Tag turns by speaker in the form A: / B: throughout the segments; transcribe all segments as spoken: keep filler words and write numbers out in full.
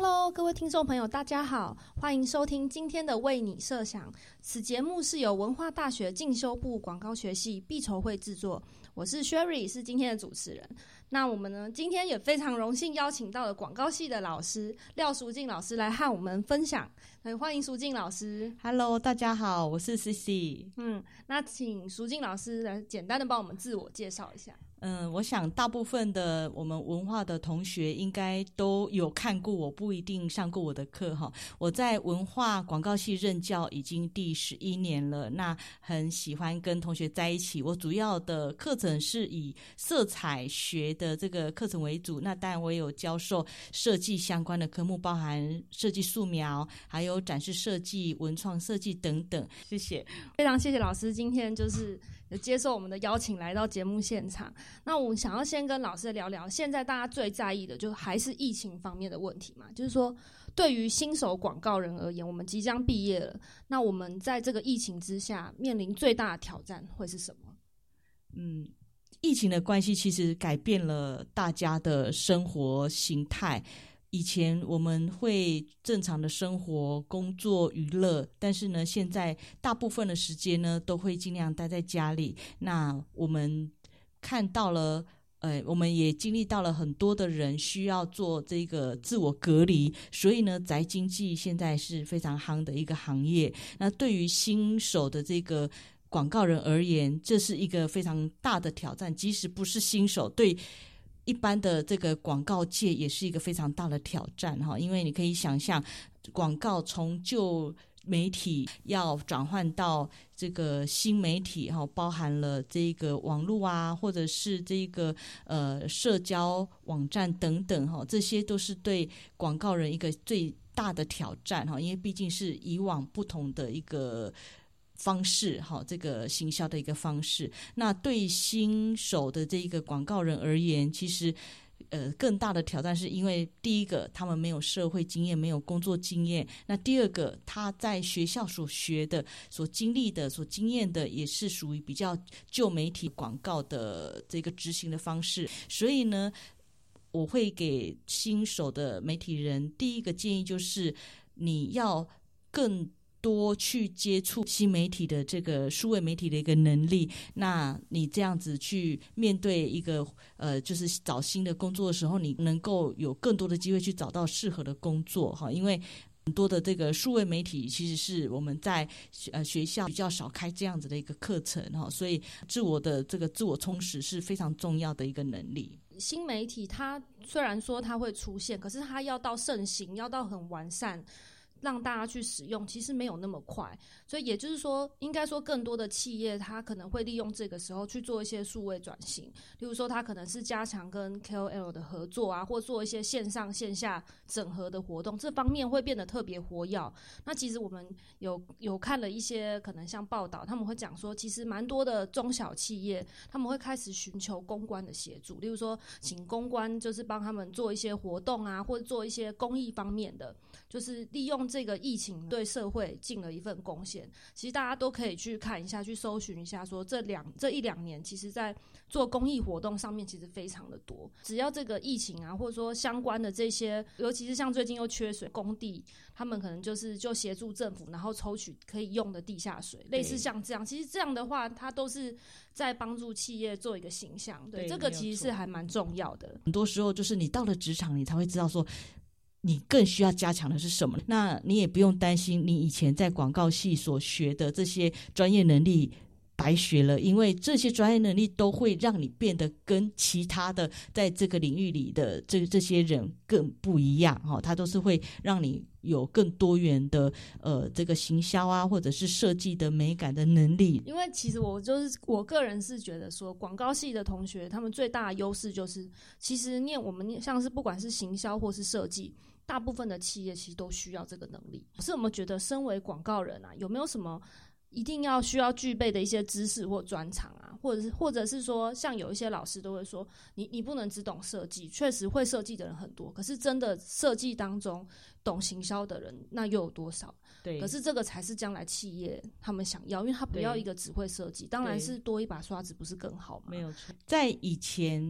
A: Hello， 各位听众朋友，大家好，欢迎收听今天的为你设想。此节目是由文化大学进修部广告学系毕筹会制作，我是 Sherry， 是今天的主持人。那我们呢，今天也非常荣幸邀请到了广告系的老师廖淑静老师来和我们分享。欢迎淑静老师。
B: Hello， 大家好，我是 C C。
A: 嗯，那请淑静老师来简单的帮我们自我介绍一下。
B: 嗯，我想大部分的我们文化的同学应该都有看过我，不一定上过我的课哈。我在文化广告系任教已经第十一年了，那很喜欢跟同学在一起。我主要的课程是以色彩学的这个课程为主，那当然我也有教授设计相关的科目，包含设计素描，还有展示设计、文创设计等等。谢谢，
A: 非常谢谢老师今天就是有接受我们的邀请来到节目现场。那我们想要先跟老师聊聊，现在大家最在意的就还是疫情方面的问题嘛，就是说对于新手广告人而言，我们即将毕业了，那我们在这个疫情之下面临最大的挑战会是什么？
B: 嗯，疫情的关系其实改变了大家的生活形态。以前我们会正常的生活、工作、娱乐，但是呢，现在大部分的时间呢，都会尽量待在家里。那我们看到了，呃，我们也经历到了很多的人需要做这个自我隔离，所以呢，宅经济现在是非常夯的一个行业。那对于新手的这个广告人而言，这是一个非常大的挑战，即使不是新手，对一般的这个广告界也是一个非常大的挑战哈，因为你可以想象，广告从旧媒体要转换到这个新媒体哈，包含了这个网络啊，或者是这个呃社交网站等等哈，这些都是对广告人一个最大的挑战哈，因为毕竟是以往不同的一个方式哈，这个行销的一个方式。那对新手的这个广告人而言，其实呃更大的挑战是因为第一个他们没有社会经验，没有工作经验，那第二个他在学校所学的、所经历的、所经验的也是属于比较旧媒体广告的这个执行的方式。所以呢，我会给新手的媒体人第一个建议就是你要更多去接触新媒体的这个数位媒体的一个能力，那你这样子去面对一个呃，就是找新的工作的时候，你能够有更多的机会去找到适合的工作哈，因为很多的这个数位媒体其实是我们在呃学校比较少开这样子的一个课程哈，所以自我的这个自我充实是非常重要的一个能力。
A: 新媒体它虽然说它会出现，可是它要到盛行，要到很完善，让大家去使用，其实没有那么快。所以也就是说，应该说更多的企业它可能会利用这个时候去做一些数位转型，例如说它可能是加强跟 K O L 的合作啊，或做一些线上线下整合的活动，这方面会变得特别活跃。那其实我们有有看了一些可能像报道，他们会讲说其实蛮多的中小企业他们会开始寻求公关的协助，例如说请公关就是帮他们做一些活动啊，或者做一些公益方面的，就是利用这个疫情对社会尽了一份贡献。其实大家都可以去看一下，去搜寻一下说这两这一两年其实在做公益活动上面其实非常的多。只要这个疫情啊，或者说相关的这些，尤其是像最近又缺水，工地他们可能就是就协助政府然后抽取可以用的地下水，类似像这样，其实这样的话它都是在帮助企业做一个形象。 对， 对，这个其实是还蛮重要的。
B: 很多时候就是你到了职场你才会知道说你更需要加强的是什么，那你也不用担心你以前在广告系所学的这些专业能力白学了，因为这些专业能力都会让你变得跟其他的在这个领域里的这这些人更不一样哈，它都是会让你有更多元的呃这个行销啊，或者是设计的美感的能力。
A: 因为其实我就是我个人是觉得说，广告系的同学他们最大的优势就是，其实念我们念像是不管是行销或是设计，大部分的企业其实都需要这个能力。可是我们觉得身为广告人啊，有没有什么一定要需要具备的一些知识或专长啊，或者是或者是说，像有一些老师都会说，你你不能只懂设计，确实会设计的人很多，可是真的设计当中懂行销的人那又有多少？对，可是这个才是将来企业他们想要，因为他不要一个只会设计，当然是多一把刷子不是更好吗？
B: 没有错，在以前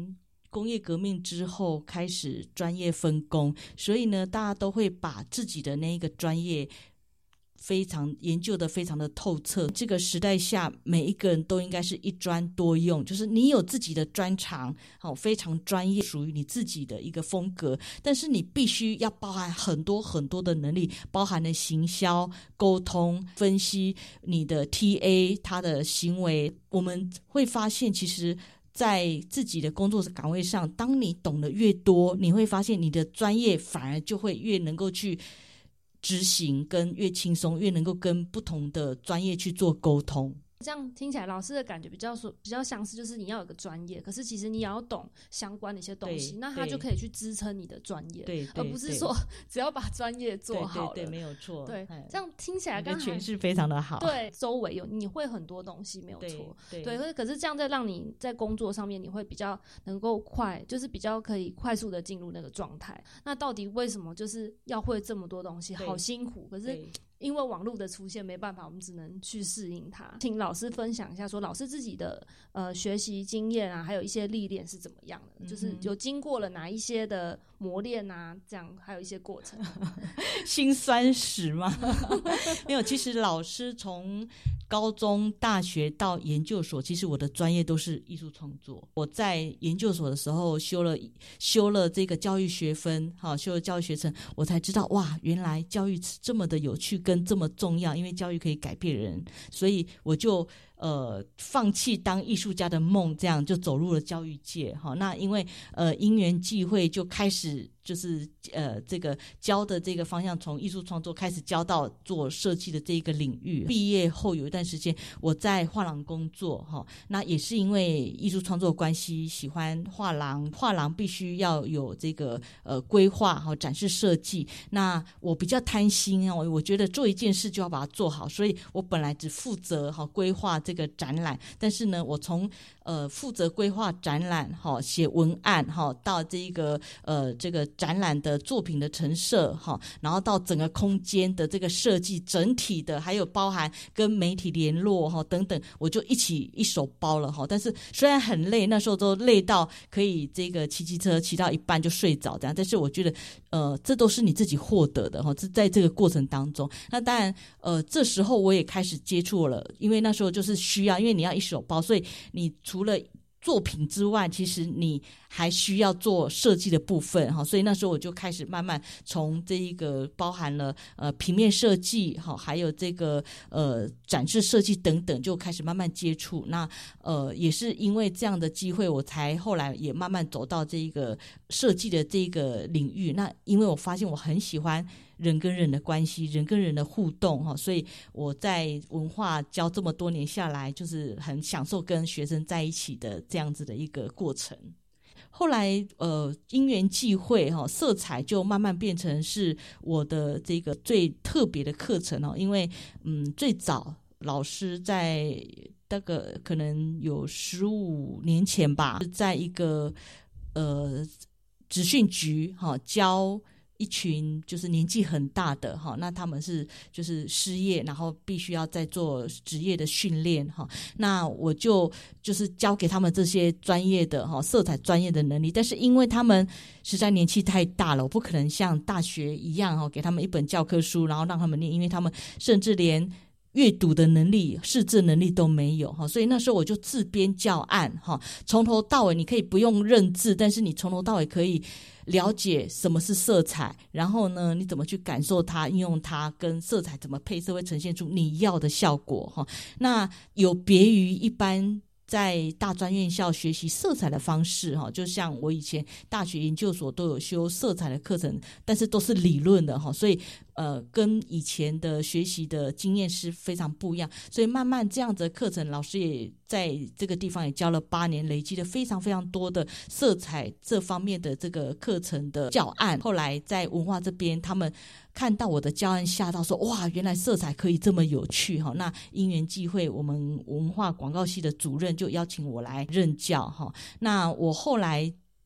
B: 工业革命之后开始专业分工，所以呢，大家都会把自己的那一个专业非常研究的非常的透彻。这个时代下，每一个人都应该是一专多用，就是你有自己的专长，好，非常专业，属于你自己的一个风格，但是你必须要包含很多很多的能力，包含了行销、沟通、分析你的 T A 他的行为。我们会发现其实在自己的工作岗位上，当你懂得越多，你会发现你的专业反而就会越能够去执行，跟越轻松，越能够跟不同的专业去做沟通。
A: 这样听起来，老师的感觉比较说比较像是，就是你要有个专业，可是其实你也要懂相关的一些东西，那它就可以去支撑你的专业，
B: 对，
A: 而不是说只要把专业做好了。
B: 对对对，没有错。
A: 对，这样听起来刚才
B: 诠释非常的好。
A: 对，周围有你会很多东西，没有错。
B: 对，
A: 对，可是可是这样在让你在工作上面，你会比较能够快，就是比较可以快速的进入那个状态。那到底为什么就是要会这么多东西，好辛苦？可是因为网络的出现，没办法，我们只能去适应它。请老师分享一下，说老师自己的呃学习经验啊，还有一些历练是怎么样的？嗯、就是有经过了哪一些的磨练啊，这样还有一些过程。
B: 辛酸史吗？没有，其实老师从高中、大学到研究所，其实我的专业都是艺术创作。我在研究所的时候修了修了这个教育学分，好，修了教育学程，我才知道哇，原来教育这么的有趣跟这么重要，因为教育可以改变人，所以我就呃放弃当艺术家的梦，这样就走入了教育界。好，那因为呃因缘际会，就开始就是呃这个教的这个方向，从艺术创作开始教到做设计的这一个领域。毕业后有一段时间我在画廊工作，哈，那也是因为艺术创作关系，喜欢画廊，画廊必须要有这个呃规划和展示设计。那我比较贪心啊，我我觉得做一件事就要把它做好，所以我本来只负责哈规划这个展览，但是呢，我从呃负责规划展览哈，写文案哈，到这一个呃这个展览的作品的陈设哈，然后到整个空间的这个设计，整体的还有包含跟媒体联络哈等等，我就一起一手包了哈。但是虽然很累，那时候都累到可以这个骑机车骑到一半就睡着这样，但是我觉得呃这都是你自己获得的哈，这在这个过程当中，那当然呃这时候我也开始接触了，因为那时候就是需要，因为你要一手包，所以你除了作品之外，其实你还需要做设计的部分哈，所以那时候我就开始慢慢从这一个包含了呃平面设计哈，还有这个呃展示设计等等，就开始慢慢接触。那呃也是因为这样的机会，我才后来也慢慢走到这一个设计的这个领域。那因为我发现我很喜欢人跟人的关系，人跟人的互动哈，所以我在文化教这么多年下来，就是很享受跟学生在一起的这样子的一个过程。后来呃因缘际会哈，色彩就慢慢变成是我的这个最特别的课程哦，因为嗯最早老师在大概可能有十五年前吧，在一个呃职训局哈教一群就是年纪很大的哈，那他们是就是失业，然后必须要再做职业的训练哈。那我就就是教给他们这些专业的哈色彩专业的能力，但是因为他们实在年纪太大了，我不可能像大学一样哈给他们一本教科书，然后让他们念，因为他们甚至连阅读的能力、识字能力都没有哈，所以那时候我就自编教案哈，从头到尾你可以不用认字，但是你从头到尾可以了解什么是色彩，然后呢，你怎么去感受它、应用它，跟色彩怎么配色会呈现出你要的效果哈。那有别于一般在大专院校学习色彩的方式哈，就像我以前大学研究所都有修色彩的课程，但是都是理论的哈，所以呃，跟以前的学习的经验是非常不一样，所以慢慢这样子的课程，老师也在这个地方也教了八年，累积了非常非常多的色彩这方面的这个课程的教案。后来在文化这边，他们看到我的教案，吓到说：“哇，原来色彩可以这么有趣！”哈，那因缘际会，我们文化广告系的主任就邀请我来任教哈。那我后来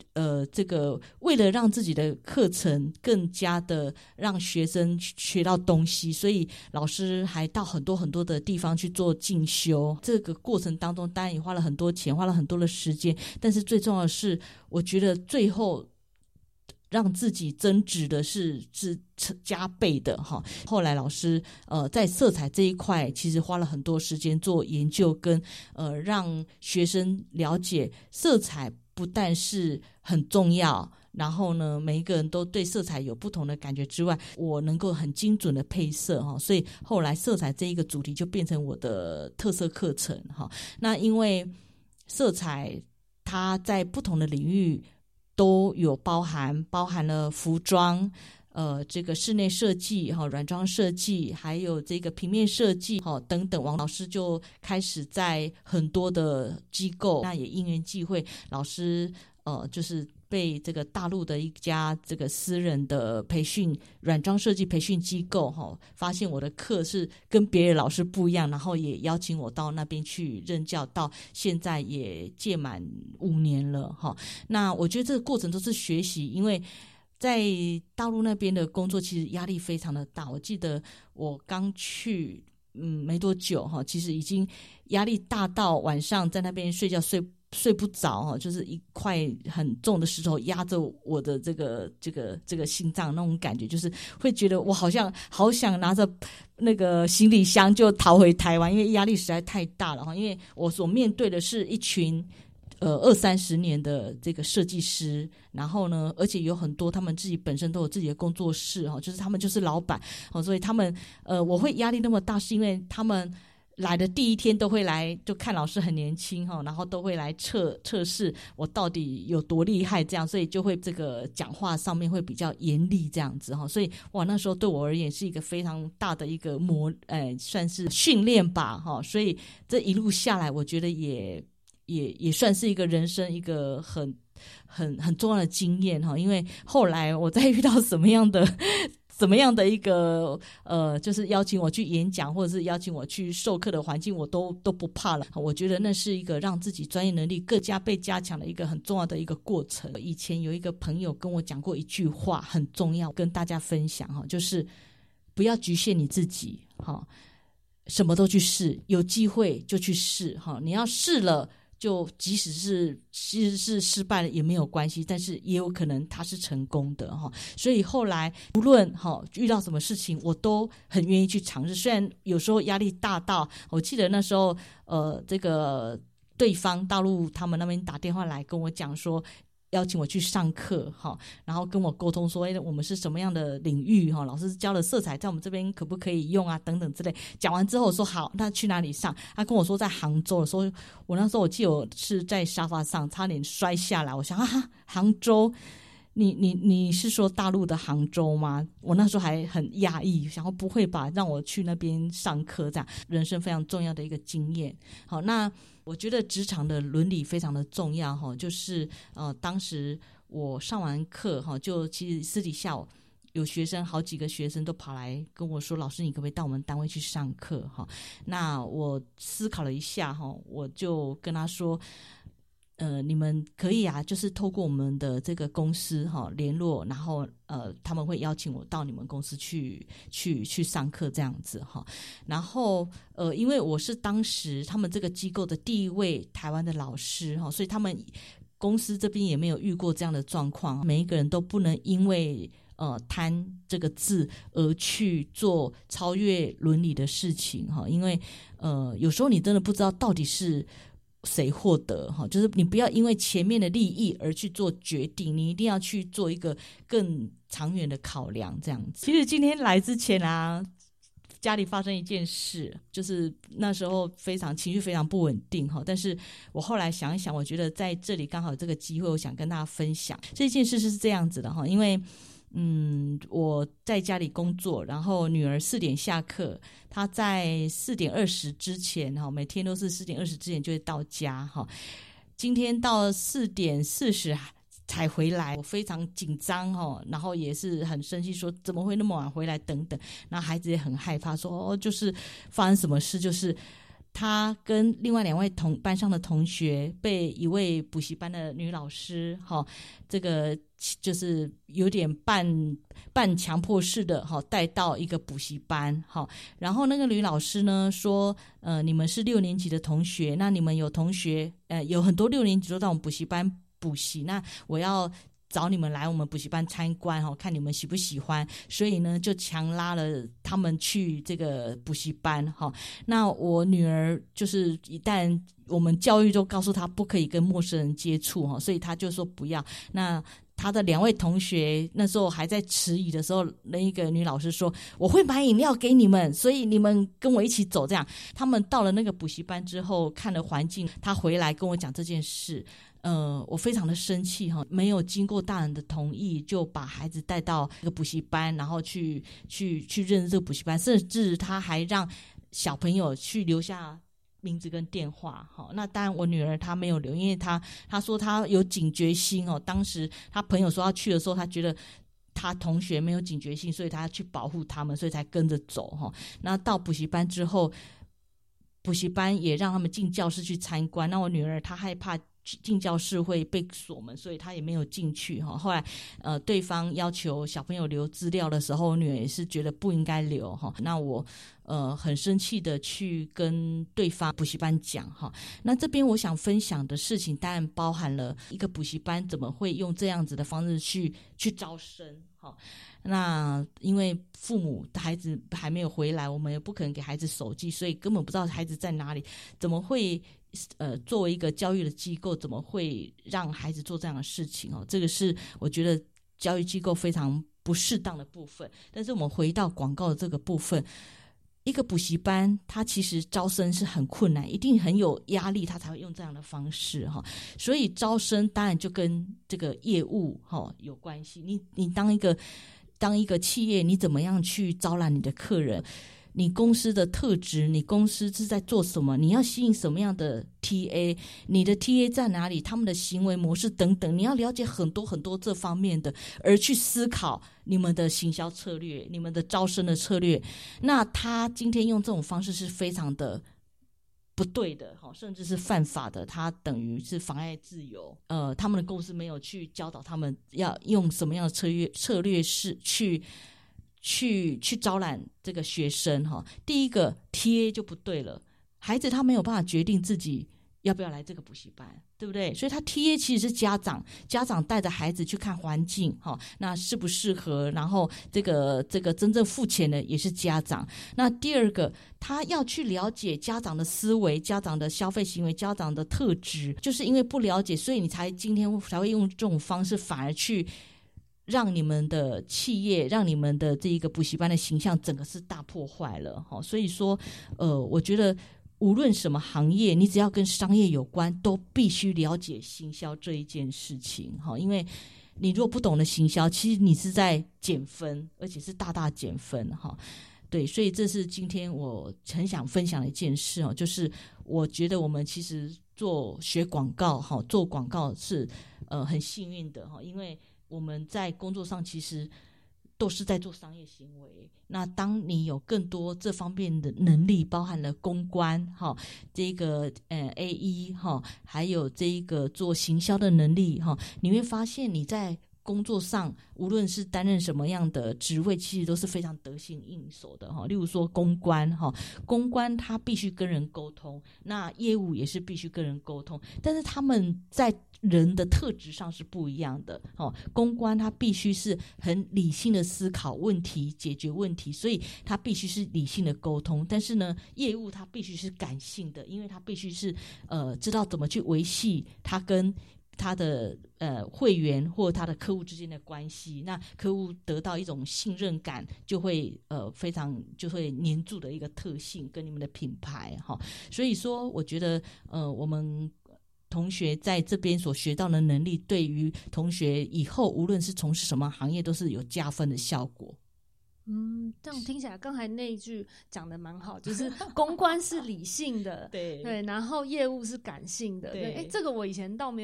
B: 呃，这个为了让自己的课程更加的让学生学到东西，所以老师还到很多很多的地方去做进修。这个过程当中当然也花了很多钱，花了很多的时间，但是最重要的是我觉得最后让自己增值的是是加倍的哈。后来老师呃在色彩这一块其实花了很多时间做研究，跟呃让学生了解色彩不但是很重要，然后呢每一个人都对色彩有不同的感觉之外，我能够很精准的配色哈，所以后来色彩这一个主题就变成我的特色课程哈。那因为色彩它在不同的领域都有包含，包含了服装、呃，这个室内设计、哈、软装设计，还有这个平面设计、哈等等。王老师就开始在很多的机构，那也因缘际会，老师呃就是被这个大陆的一家这个私人的培训软装设计培训机构哈、哦，发现我的课是跟别的老师不一样，然后也邀请我到那边去任教，到现在也届满五年了哈、哦。那我觉得这个过程都是学习，因为在大陆那边的工作其实压力非常的大。我记得我刚去嗯没多久哈，其实已经压力大到晚上在那边睡觉睡。睡不着哈，就是一块很重的石头压着我的这个这个这个心脏，那种感觉就是会觉得我好像好想拿着那个行李箱就逃回台湾，因为压力实在太大了哈。因为我所面对的是一群呃二三十年的这个设计师，然后呢，而且有很多他们自己本身都有自己的工作室哈，就是他们就是老板哦，所以他们呃我会压力那么大，是因为他们来的第一天都会来，就看老师很年轻哈，然后都会来测测试我到底有多厉害，这样，所以就会这个讲话上面会比较严厉这样子哈，所以哇，那时候对我而言是一个非常大的一个磨，呃，算是训练吧哈，所以这一路下来，我觉得也也也算是一个人生一个很很很重要的经验哈，因为后来我再遇到什么样的。怎么样的一个呃，就是邀请我去演讲，或者是邀请我去授课的环境，我都都不怕了。我觉得那是一个让自己专业能力更加被加强的一个很重要的一个过程。以前有一个朋友跟我讲过一句话，很重要，跟大家分享哈，就是不要局限你自己哈，什么都去试，有机会就去试哈。你要试了。就即使是其实是失败了也没有关系，但是也有可能他是成功的哈。所以后来无论哈遇到什么事情，我都很愿意去尝试。虽然有时候压力大到，我记得那时候呃这个对方大陆他们那边打电话来跟我讲说。邀请我去上课哈，然后跟我沟通说，哎，我们是什么样的领域哈？老师教的色彩在我们这边可不可以用啊？等等之类。讲完之后我说好，那去哪里上？他跟我说在杭州，说我那时候我记得我是在沙发上差点摔下来。我想啊，杭州，你你你是说大陆的杭州吗？我那时候还很讶异，想说不会吧，让我去那边上课，这样人生非常重要的一个经验。好，那。我觉得职场的伦理非常的重要哈，就是呃，当时我上完课哈，就其实私底下有学生好几个学生都跑来跟我说，老师你可不可以到我们单位去上课哈？那我思考了一下哈，我就跟他说。呃，你们可以啊，就是透过我们的这个公司哈联络，然后呃他们会邀请我到你们公司去去去上课这样子哈。然后呃，因为我是当时他们这个机构的第一位台湾的老师哈，所以他们公司这边也没有遇过这样的状况。每一个人都不能因为呃贪这个字而去做超越伦理的事情哈，因为呃有时候你真的不知道到底是。谁获得哈？就是你不要因为前面的利益而去做决定，你一定要去做一个更长远的考量，这样子。其实今天来之前啊，家里发生一件事，就是那时候非常情绪非常不稳定哈。但是我后来想一想，我觉得在这里刚好有这个机会，我想跟大家分享这件事是这样子的哈，因为。嗯，我在家里工作，然后女儿四点下课，她在四点二十之前哈，每天都是四点二十之前就会到家哈。今天到四点四十才回来，我非常紧张哈，然后也是很生气，说怎么会那么晚回来等等。那孩子也很害怕，说哦，就是发生什么事，就是他跟另外两位同班上的同学被一位补习班的女老师哈，这个就是有点半半强迫式的哈带到一个补习班哈，然后那个女老师呢说，呃，你们是六年级的同学，那你们有同学呃有很多六年级都到我们补习班补习，那我要找你们来我们补习班参观哈，看你们喜不喜欢，所以呢就强拉了他们去这个补习班哈。那我女儿就是一旦我们教育就告诉她不可以跟陌生人接触哈，所以她就说不要。那她的两位同学那时候还在迟疑的时候，那一个女老师说我会买饮料给你们，所以你们跟我一起走这样。他们到了那个补习班之后看了环境，她回来跟我讲这件事，呃，我非常的生气哈，没有经过大人的同意就把孩子带到这个补习班，然后去去去认识这个补习班，甚至他还让小朋友去留下名字跟电话哈。那当然我女儿她没有留，因为她她说她有警觉心哦，当时她朋友说要去的时候，她觉得他同学没有警觉性，所以他去保护他们，所以才跟着走哈。那到补习班之后，补习班也让他们进教室去参观，那我女儿她害怕进教室会被锁门，所以她也没有进去哈。后来呃，对方要求小朋友留资料的时候，我女儿也是觉得不应该留哈。那我呃很生气的去跟对方补习班讲哈。那这边我想分享的事情，当然包含了一个补习班怎么会用这样子的方式去去招生哈。那因为父母孩子还没有回来，我们也不可能给孩子手机，所以根本不知道孩子在哪里，怎么会呃作为一个教育的机构，怎么会让孩子做这样的事情哦？这个是我觉得教育机构非常不适当的部分。但是我们回到广告的这个部分，一个补习班它其实招生是很困难，一定很有压力，他才会用这样的方式哈。所以招生当然就跟这个业务哈有关系。你你当一个当一个企业，你怎么样去招揽你的客人？你公司的特质，你公司是在做什么？你要吸引什么样的 T A？ 你的 T A 在哪里？他们的行为模式等等，你要了解很多很多这方面的，而去思考你们的行销策略，你们的招生的策略。那他今天用这种方式是非常的不对的，甚至是犯法的，他等于是妨碍自由。呃，他们的公司没有去教导他们要用什么样的策略策略是去去去招揽这个学生哈。第一个 T A 就不对了，孩子他没有办法决定自己要不要来这个补习班，对不对？所以他 T A 其实是家长，家长带着孩子去看环境哈，那适不适合，然后这个这个真正付钱的也是家长。那第二个，他要去了解家长的思维、家长的消费行为、家长的特质，就是因为不了解，所以你才今天才会用这种方式，反而去让你们的企业，让你们的这一个补习班的形象整个是大破坏了哈。所以说呃我觉得无论什么行业，你只要跟商业有关，都必须了解行销这一件事情哈。因为你如果不懂得行销，其实你是在减分，而且是大大减分哈。对，所以这是今天我很想分享的一件事哦，就是我觉得我们其实做学广告哈，做广告是呃很幸运的哈，因为我们在工作上其实都是在做商业行为。那当你有更多这方面的能力，包含了公关哈，这个呃 A E 哈，还有这一个做行销的能力哈，你会发现你在工作上无论是担任什么样的职位，其实都是非常得心应手的哈。例如说公关哈，公关他必须跟人沟通，那业务也是必须跟人沟通，但是他们在人的特质上是不一样的哦。公关他必须是很理性的思考问题、解决问题，所以他必须是理性的沟通。但是呢，业务他必须是感性的，因为他必须是呃知道怎么去维系他跟他的呃会员或他的客户之间的关系，那客户得到一种信任感，就会呃非常就会黏住的一个特性跟你们的品牌哈。所以说，我觉得呃我们同学在这边所学到的能力，对于同学以后无论是从事什么行业，都是有加分的效果。
A: 嗯，这样听起来，刚才那一句讲的蛮好，就是公关是理性的，
B: 对
A: 对，然后业务是感性的，对，哎，这个我以前倒没有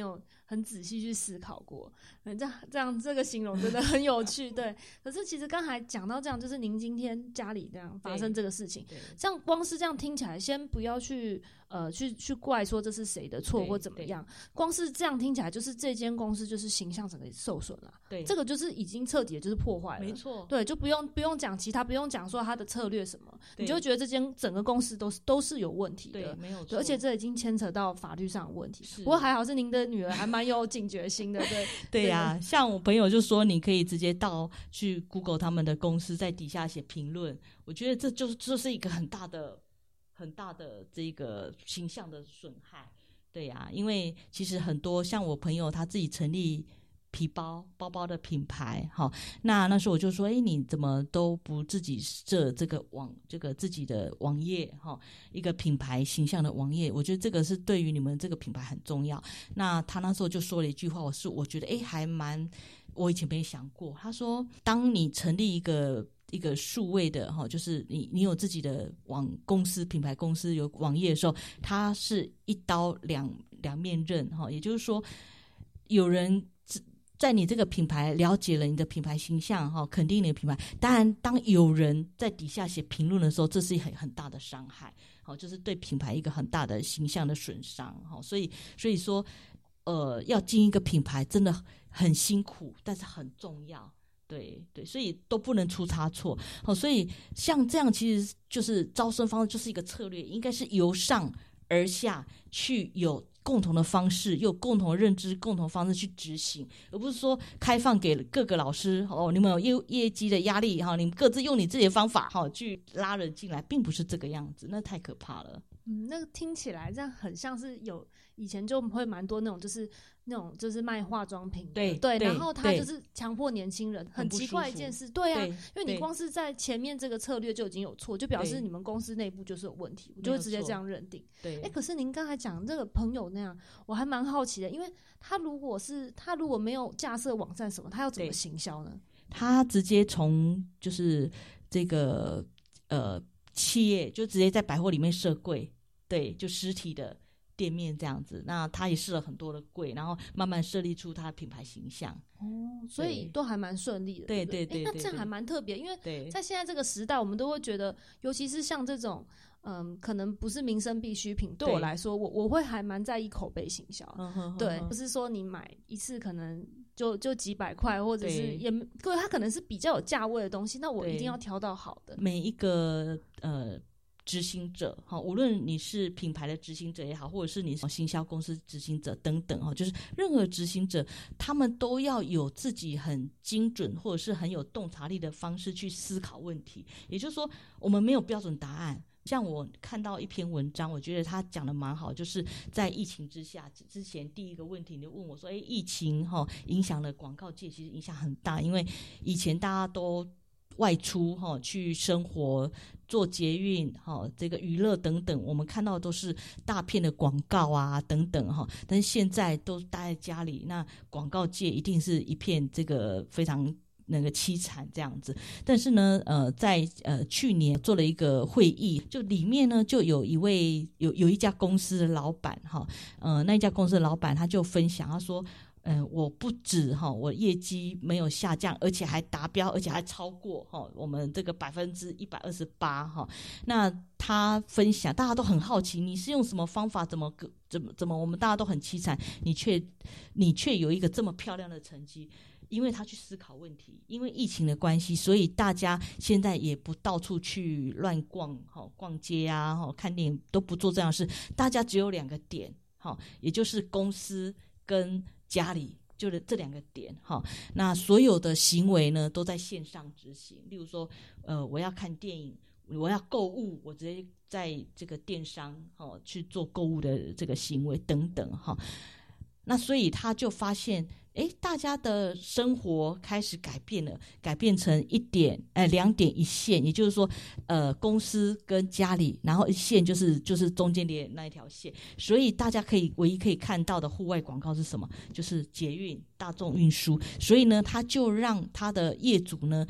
A: 很仔细去思考过。嗯，这样这样这个形容真的很有趣，对。可是其实刚才讲到这样，就是您今天家里这样发生这个事情，这样光是这样听起来，先不要去呃去去怪说这是谁的错或怎么样，光是这样听起来，就是这间公司就是形象整个受损了，对，这个就是已经彻底的就是破坏了，没错，对，就不用不用讲其他，不用讲说他的策略什么，你就觉得这间整个公司都是都是有问题的，对，没有错，而且这已经牵扯到法律上的问题。不过还好是您的女儿还蛮有警觉心的，对
B: 对呀、啊，像我朋友就说，你可以直接到去 Google 他们的公司，在底下写评论。我觉得这就就是一个很大的、很大的这个形象的损害。对呀、啊，因为其实很多像我朋友他自己成立皮包包包的品牌，好，那那时候我就说，哎，你怎么都不自己设这个网，这个自己的网页，哈，一个品牌形象的网页，我觉得这个是对于你们这个品牌很重要。那他那时候就说了一句话，我是我觉得，哎，还蛮，我以前没想过。他说，当你成立一个一个数位的哈，就是你你有自己的网公司品牌公司有网页的时候，它是一刀两两面刃哈，也就是说，有人在你这个品牌了解了你的品牌形象哈，肯定你的品牌。当然，当有人在底下写评论的时候，这是很很大的伤害，好，就是对品牌一个很大的形象的损伤哈。所以，所以说，呃，要经营一个品牌真的很辛苦，但是很重要。对对，所以都不能出差错。好，所以像这样，其实就是招生方式就是一个策略，应该是由上而下去有共同的方式，有共同的认知，共同方式去执行，而不是说开放给各个老师哦，你们有业业绩的压力哈，你们各自用你自己的方法哈去拉人进来，并不是这个样子，那太可怕了。
A: 嗯，那个听起来这样很像是有以前就会蛮多那种就是那种就是卖化妆品的，对对，然后他就是强迫年轻人，很奇怪一件事，对啊，因为你光是在前面这个策略就已经有错，就表示你们公司内部就是有问题，我就会直接这样认定。对，哎，可是您刚才讲这个朋友那样，我还蛮好奇的，因为他如果是他如果没有架设网站什么，他要怎么行销呢？
B: 他直接从就是这个呃企业就直接在百货里面设柜。对，就实体的店面这样子，那他也试了很多的柜，然后慢慢设立出他的品牌形象。
A: 哦，所以都还蛮顺利的。
B: 对对 对, 对, 对, 对,
A: 对，那这样还蛮特别，因为在现在这个时代，我们都会觉得，尤其是像这种，嗯，可能不是民生必需品，对我来说，我我会还蛮在意口碑行销。嗯、对，不是说你买一次可能就就几百块，或者是也各位它可能是比较有价位的东西，那我一定要挑到好的。
B: 每一个呃。执行者，无论你是品牌的执行者也好，或者是你是行销公司执行者等等，就是任何执行者，他们都要有自己很精准或者是很有洞察力的方式去思考问题。也就是说，我们没有标准答案。像我看到一篇文章，我觉得他讲的蛮好，就是在疫情之下，之前第一个问题你就问我说，哎，疫情哈影响了广告界，其实影响很大，因为以前大家都外出哈去生活，做捷运哈这个娱乐等等，我们看到的都是大片的广告啊等等哈，但是现在都待在家里，那广告界一定是一片这个非常那个凄惨这样子。但是呢，呃，在呃去年做了一个会议，就里面呢就有一位有有一家公司的老板哈，呃那一家公司的老板他就分享，他说。嗯，我不止哈，我业绩没有下降，而且还达标，而且还超过哈我们这个百分之一百二十八哈。那他分享，大家都很好奇，你是用什么方法？怎么怎么怎么？我们大家都很凄惨，你却你却有一个这么漂亮的成绩。因为他去思考问题，因为疫情的关系，所以大家现在也不到处去乱逛哈，逛街啊，哈，看电影都不做这样的事，大家只有两个点哈，也就是公司跟家里，就是这两个点哈。那所有的行为呢都在线上执行，例如说呃我要看电影，我要购物，我直接在这个电商哈去做购物的这个行为等等哈。那所以他就发现，哎，大家的生活开始改变了，改变成一点，呃，两点一线，也就是说，呃，公司跟家里，然后一线就是就是中间的那一条线。所以大家可以唯一可以看到的户外广告是什么？就是捷运、大众运输。所以呢，他就让他的业主呢，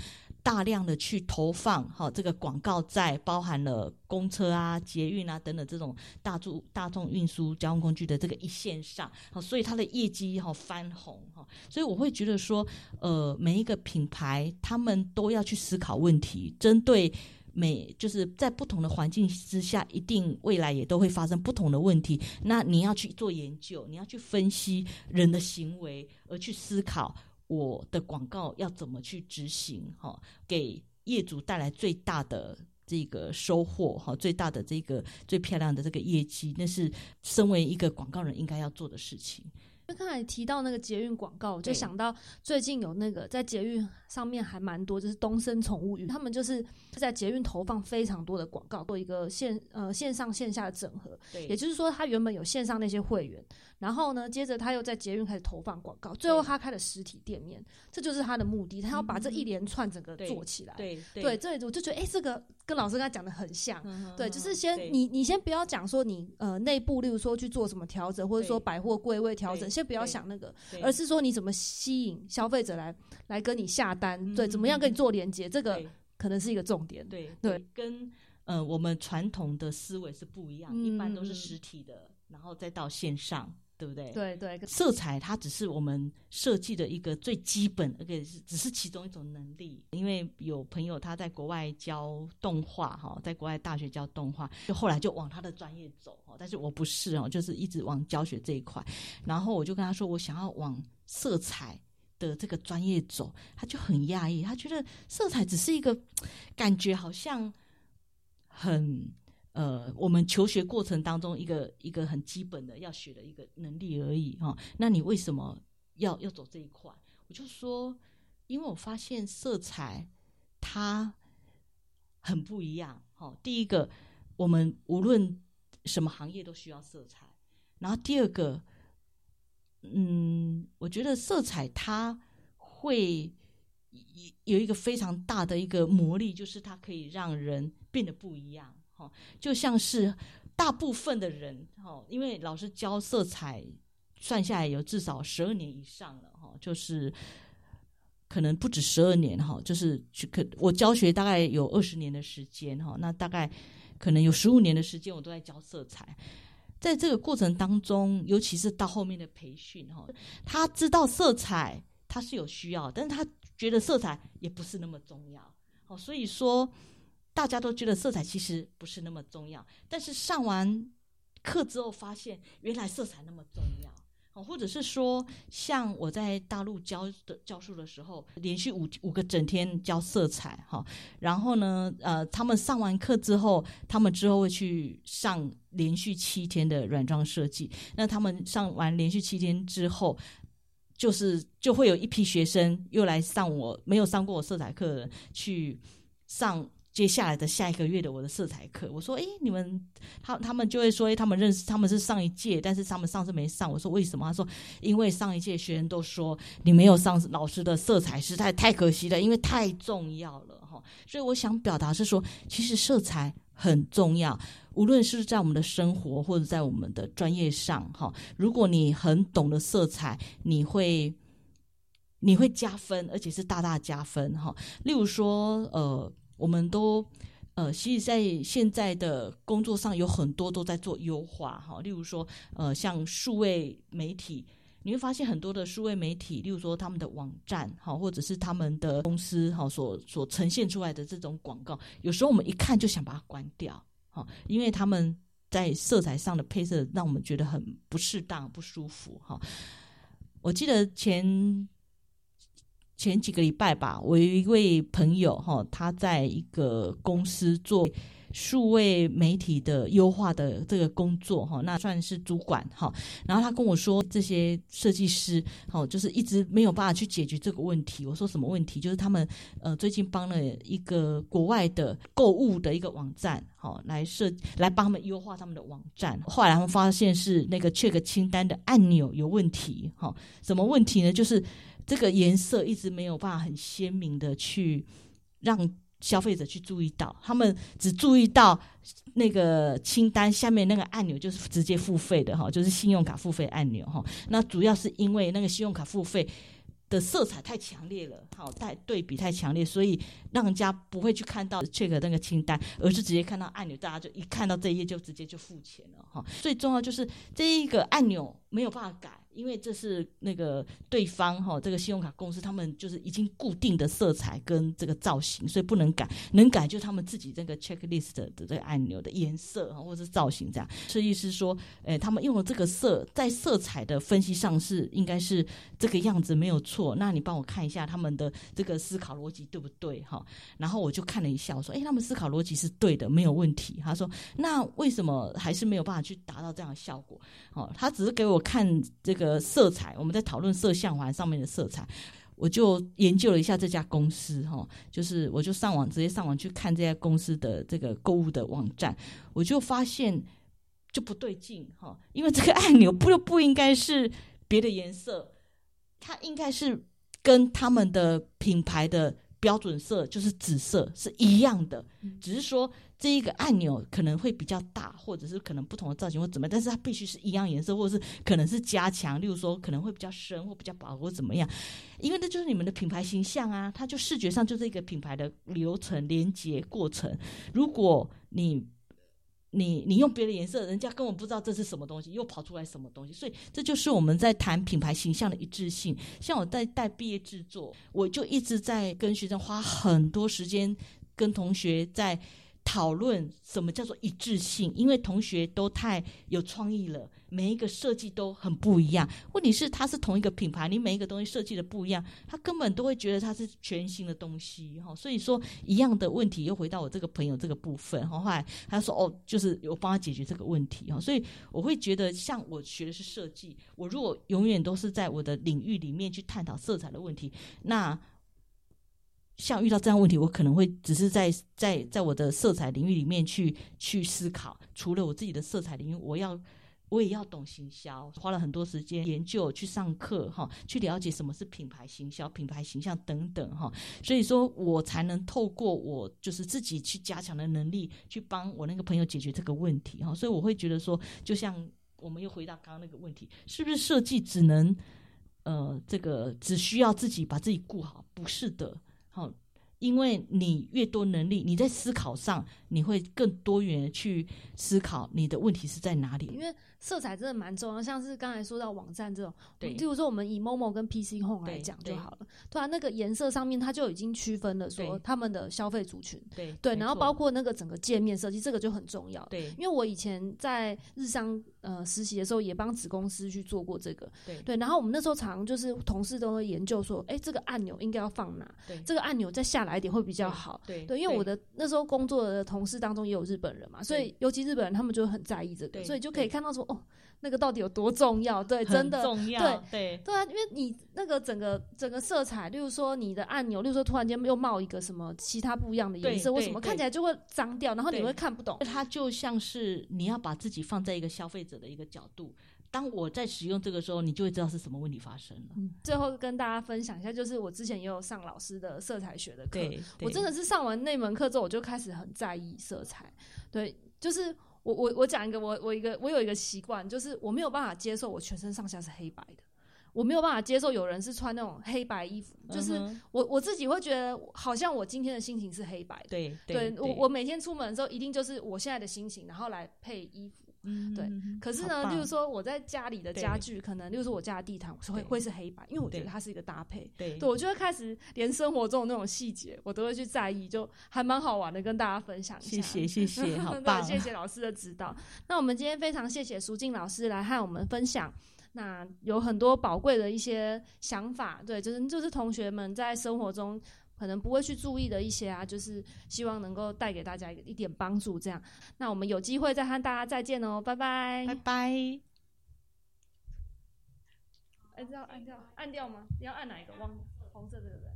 B: 大量的去投放好这个广告在包含了公车啊、捷运啊等等这种大众大众运输交通工具的这个一线上，好，所以它的业绩好翻红哈。所以我会觉得说，呃，每一个品牌他们都要去思考问题，针对每就是在不同的环境之下，一定未来也都会发生不同的问题。那你要去做研究，你要去分析人的行为，而去思考我的广告要怎么去执行，哈，给业主带来最大的这个收获，哈，最大的这个最漂亮的这个业绩，那是身为一个广告人应该要做的事情。
A: 就刚才提到那个捷运广告，我就想到最近有那个在捷运上面还蛮多，就是东森宠物鱼，他们就是在捷运投放非常多的广告，做一个线呃线上线下的整合。也就是说，他原本有线上那些会员，然后呢，接着他又在捷运开始投放广告，最后他开了实体店面，这就是他的目的，他要把这一连串整个做起来。
B: 对对
A: 对，这我就觉得，哎、欸，这个跟老师刚才讲的很像。
B: 嗯、
A: 对，就是先你你先不要讲说你呃内部，例如说去做什么调整，或者说百货柜位调整。先不要想那个，而是说你怎么吸引消费者来来跟你下单，嗯、对，怎么样跟你做连结，这个可能是一个重点。
B: 对 对, 对，跟呃我们传统的思维是不一样，嗯、一般都是实体的，然后再到线上，对不对？
A: 对对，
B: 色彩它只是我们设计的一个最基本，而且只是其中一种能力。因为有朋友他在国外教动画哈，在国外大学教动画，就后来就往他的专业走，但是我不是哦，就是一直往教学这一块。然后我就跟他说，我想要往色彩的这个专业走，他就很讶异，他觉得色彩只是一个感觉好像很。呃，我们求学过程当中一个一个很基本的要学的一个能力而已哈、哦。那你为什么要要走这一块？我就说，因为我发现色彩它很不一样。哈、哦，第一个，我们无论什么行业都需要色彩。然后第二个，嗯，我觉得色彩它会有一个非常大的一个魔力，就是它可以让人变得不一样。就像是大部分的人，因为老师教色彩算下来有至少十二年以上了，就是可能不止十二年，就是我教学大概有二十年的时间，那大概可能有十五年的时间我都在教色彩。在这个过程当中，尤其是到后面的培训，他知道色彩他是有需要，但是他觉得色彩也不是那么重要，所以说大家都觉得色彩其实不是那么重要，但是上完课之后发现原来色彩那么重要，或者是说像我在大陆教的教书的时候，连续五五个整天教色彩，然后呢呃，他们上完课之后，他们之后会去上连续七天的软装设计。那他们上完连续七天之后，就是就会有一批学生又来上我没有上过我色彩课的人去上接下来的下一个月的我的色彩课。我说，哎，你们他他们就会说，哎，他们认识他们是上一届，但是他们上次没上。我说为什么？他说因为上一届学生都说你没有上老师的色彩，实在太可惜了，因为太重要了哈。所以我想表达是说，其实色彩很重要，无论是在我们的生活或者在我们的专业上哈。如果你很懂得色彩，你会你会加分，而且是大大加分哈。例如说，呃。我们都呃，其实在现在的工作上有很多都在做优化哈，例如说呃，像数位媒体，你会发现很多的数位媒体，例如说他们的网站哈，或者是他们的公司哈所所呈现出来的这种广告，有时候我们一看就想把它关掉哈，因为他们在色彩上的配色让我们觉得很不适当、不舒服哈。我记得前。前几个礼拜吧，我有一位朋友哈，他在一个公司做数位媒体的优化的这个工作哈，那算是主管哈。然后他跟我说，这些设计师哈，就是一直没有办法去解决这个问题。我说什么问题？就是他们呃最近帮了一个国外的购物的一个网站哈，来设来帮他们优化他们的网站。后来他们发现是那个 check 清单的按钮有问题哈。什么问题呢？就是这个颜色一直没有办法很鲜明的去让消费者去注意到，他们只注意到那个清单下面那个按钮就是直接付费的哈，就是信用卡付费按钮哈。那主要是因为那个信用卡付费的色彩太强烈了，好，带对比太强烈，所以让人家不会去看到 check 那个清单，而是直接看到按钮，大家就一看到这一页就直接就付钱了哈。最重要就是这一个按钮没有办法改，因为这是那个对方哈，这个信用卡公司他们就是已经固定的色彩跟这个造型，所以不能改，能改就他们自己这个 checklist 的这个按钮的颜色或者是造型这样。所以是说，呃，他们用了这个色，在色彩的分析上是应该是这个样子没有错。那你帮我看一下他们的这个思考逻辑对不对哈？然后我就看了一下，我说，哎，他们思考逻辑是对的，没有问题。他说，那为什么还是没有办法去达到这样的效果？哦，他只是给我看这个色彩，我们在讨论色相环上面的色彩。我就研究了一下这家公司哈，就是我就上网直接上网去看这家公司的这个购物的网站，我就发现就不对劲哈，因为这个按钮不不应该是别的颜色，它应该是跟他们的品牌的标准色就是紫色是一样的，只是说这一个按钮可能会比较大，或者是可能不同的造型或怎么样，但是它必须是一样颜色，或者是可能是加强，例如说可能会比较深或比较薄或怎么样，因为那就是你们的品牌形象啊，它就视觉上就是一个品牌的流程连接过程。如果你你你用别的颜色，人家根本不知道这是什么东西，又跑出来什么东西，所以这就是我们在谈品牌形象的一致性。像我在带毕业制作，我就一直在跟学生花很多时间，跟同学在讨论什么叫做一致性，因为同学都太有创意了，每一个设计都很不一样。问题是它是同一个品牌，你每一个东西设计的不一样，他根本都会觉得它是全新的东西。所以说一样的问题又回到我这个朋友这个部分，后来他说哦，就是我帮他解决这个问题。所以我会觉得像我学的是设计，我如果永远都是在我的领域里面去探讨色彩的问题，那像遇到这样的问题，我可能会只是在在在我的色彩领域里面去去思考。除了我自己的色彩领域，我要我也要懂行销，花了很多时间研究，去上课哈，去了解什么是品牌行销、品牌形象等等哈。所以说我才能透过我就是自己去加强的能力，去帮我那个朋友解决这个问题哈。所以我会觉得说，就像我们又回到刚刚那个问题，是不是设计只能呃这个只需要自己把自己顾好？不是的。好，因为你越多能力，你在思考上你会更多元的去思考你的问题是在哪里。
A: 因为色彩真的蛮重要，像是刚才说到网站这种，
B: 对，
A: 例如说我们以 Momo 跟 P C Home 来讲就好了。对啊，那个颜色上面它就已经区分了说他们的消费族群。
B: 对
A: 对，然后包括那个整个界面设计，这个就很重要。
B: 对，
A: 因为我以前在日商呃实习的时候，也帮子公司去做过这个。
B: 对
A: 对，然后我们那时候常常就是同事都会研究说，哎，这个按钮应该要放哪？对，这个按钮再下来一点会比较好。
B: 对，
A: 对，因为我的那时候工作的同事当中也有日本人嘛，所以尤其日本人他们就很在意这个，所以就可以看到说哦，那个到底有多重要。对，真的
B: 重要。
A: 对
B: 对
A: 对啊，因为你那个整个整个色彩，例如说你的按钮，例如说突然间又冒一个什么其他不一样的颜色，为什么看起来就会脏掉，然后你会看不懂。
B: 它就像是你要把自己放在一个消费者的一个角度，当我在使用这个时候，你就会知道是什么问题发生了。
A: 嗯、最后跟大家分享一下，就是我之前也有上老师的色彩学的课，我真的是上完那门课之后，我就开始很在意色彩。对，就是我我我讲一个，我我一个我有一个习惯，就是我没有办法接受我全身上下是黑白的。我没有办法接受有人是穿那种黑白衣服，就是我我自己会觉得好像我今天的心情是黑白的。
B: 对
A: 对, 对，我我每天出门的时候一定就是我现在的心情，然后来配衣服。嗯，对。可是呢，例如说我在家里的家具，可能例如说我家的地毯会会是黑白，因为我觉得它是一个搭配。对，对我就会开始连生活中的那种细节我都会去在意，就还蛮好玩的，跟大家分享一下。
B: 谢谢谢谢，好棒！
A: 谢谢老师的指导。那我们今天非常谢谢淑静老师来和我们分享。那有很多宝贵的一些想法，对，就是就是同学们在生活中可能不会去注意的一些啊，就是希望能够带给大家一点帮助。这样，那我们有机会再和大家再见哦，拜拜，
B: 拜拜。
A: 按掉按掉按掉吗？你要按哪一个？忘红色这个人。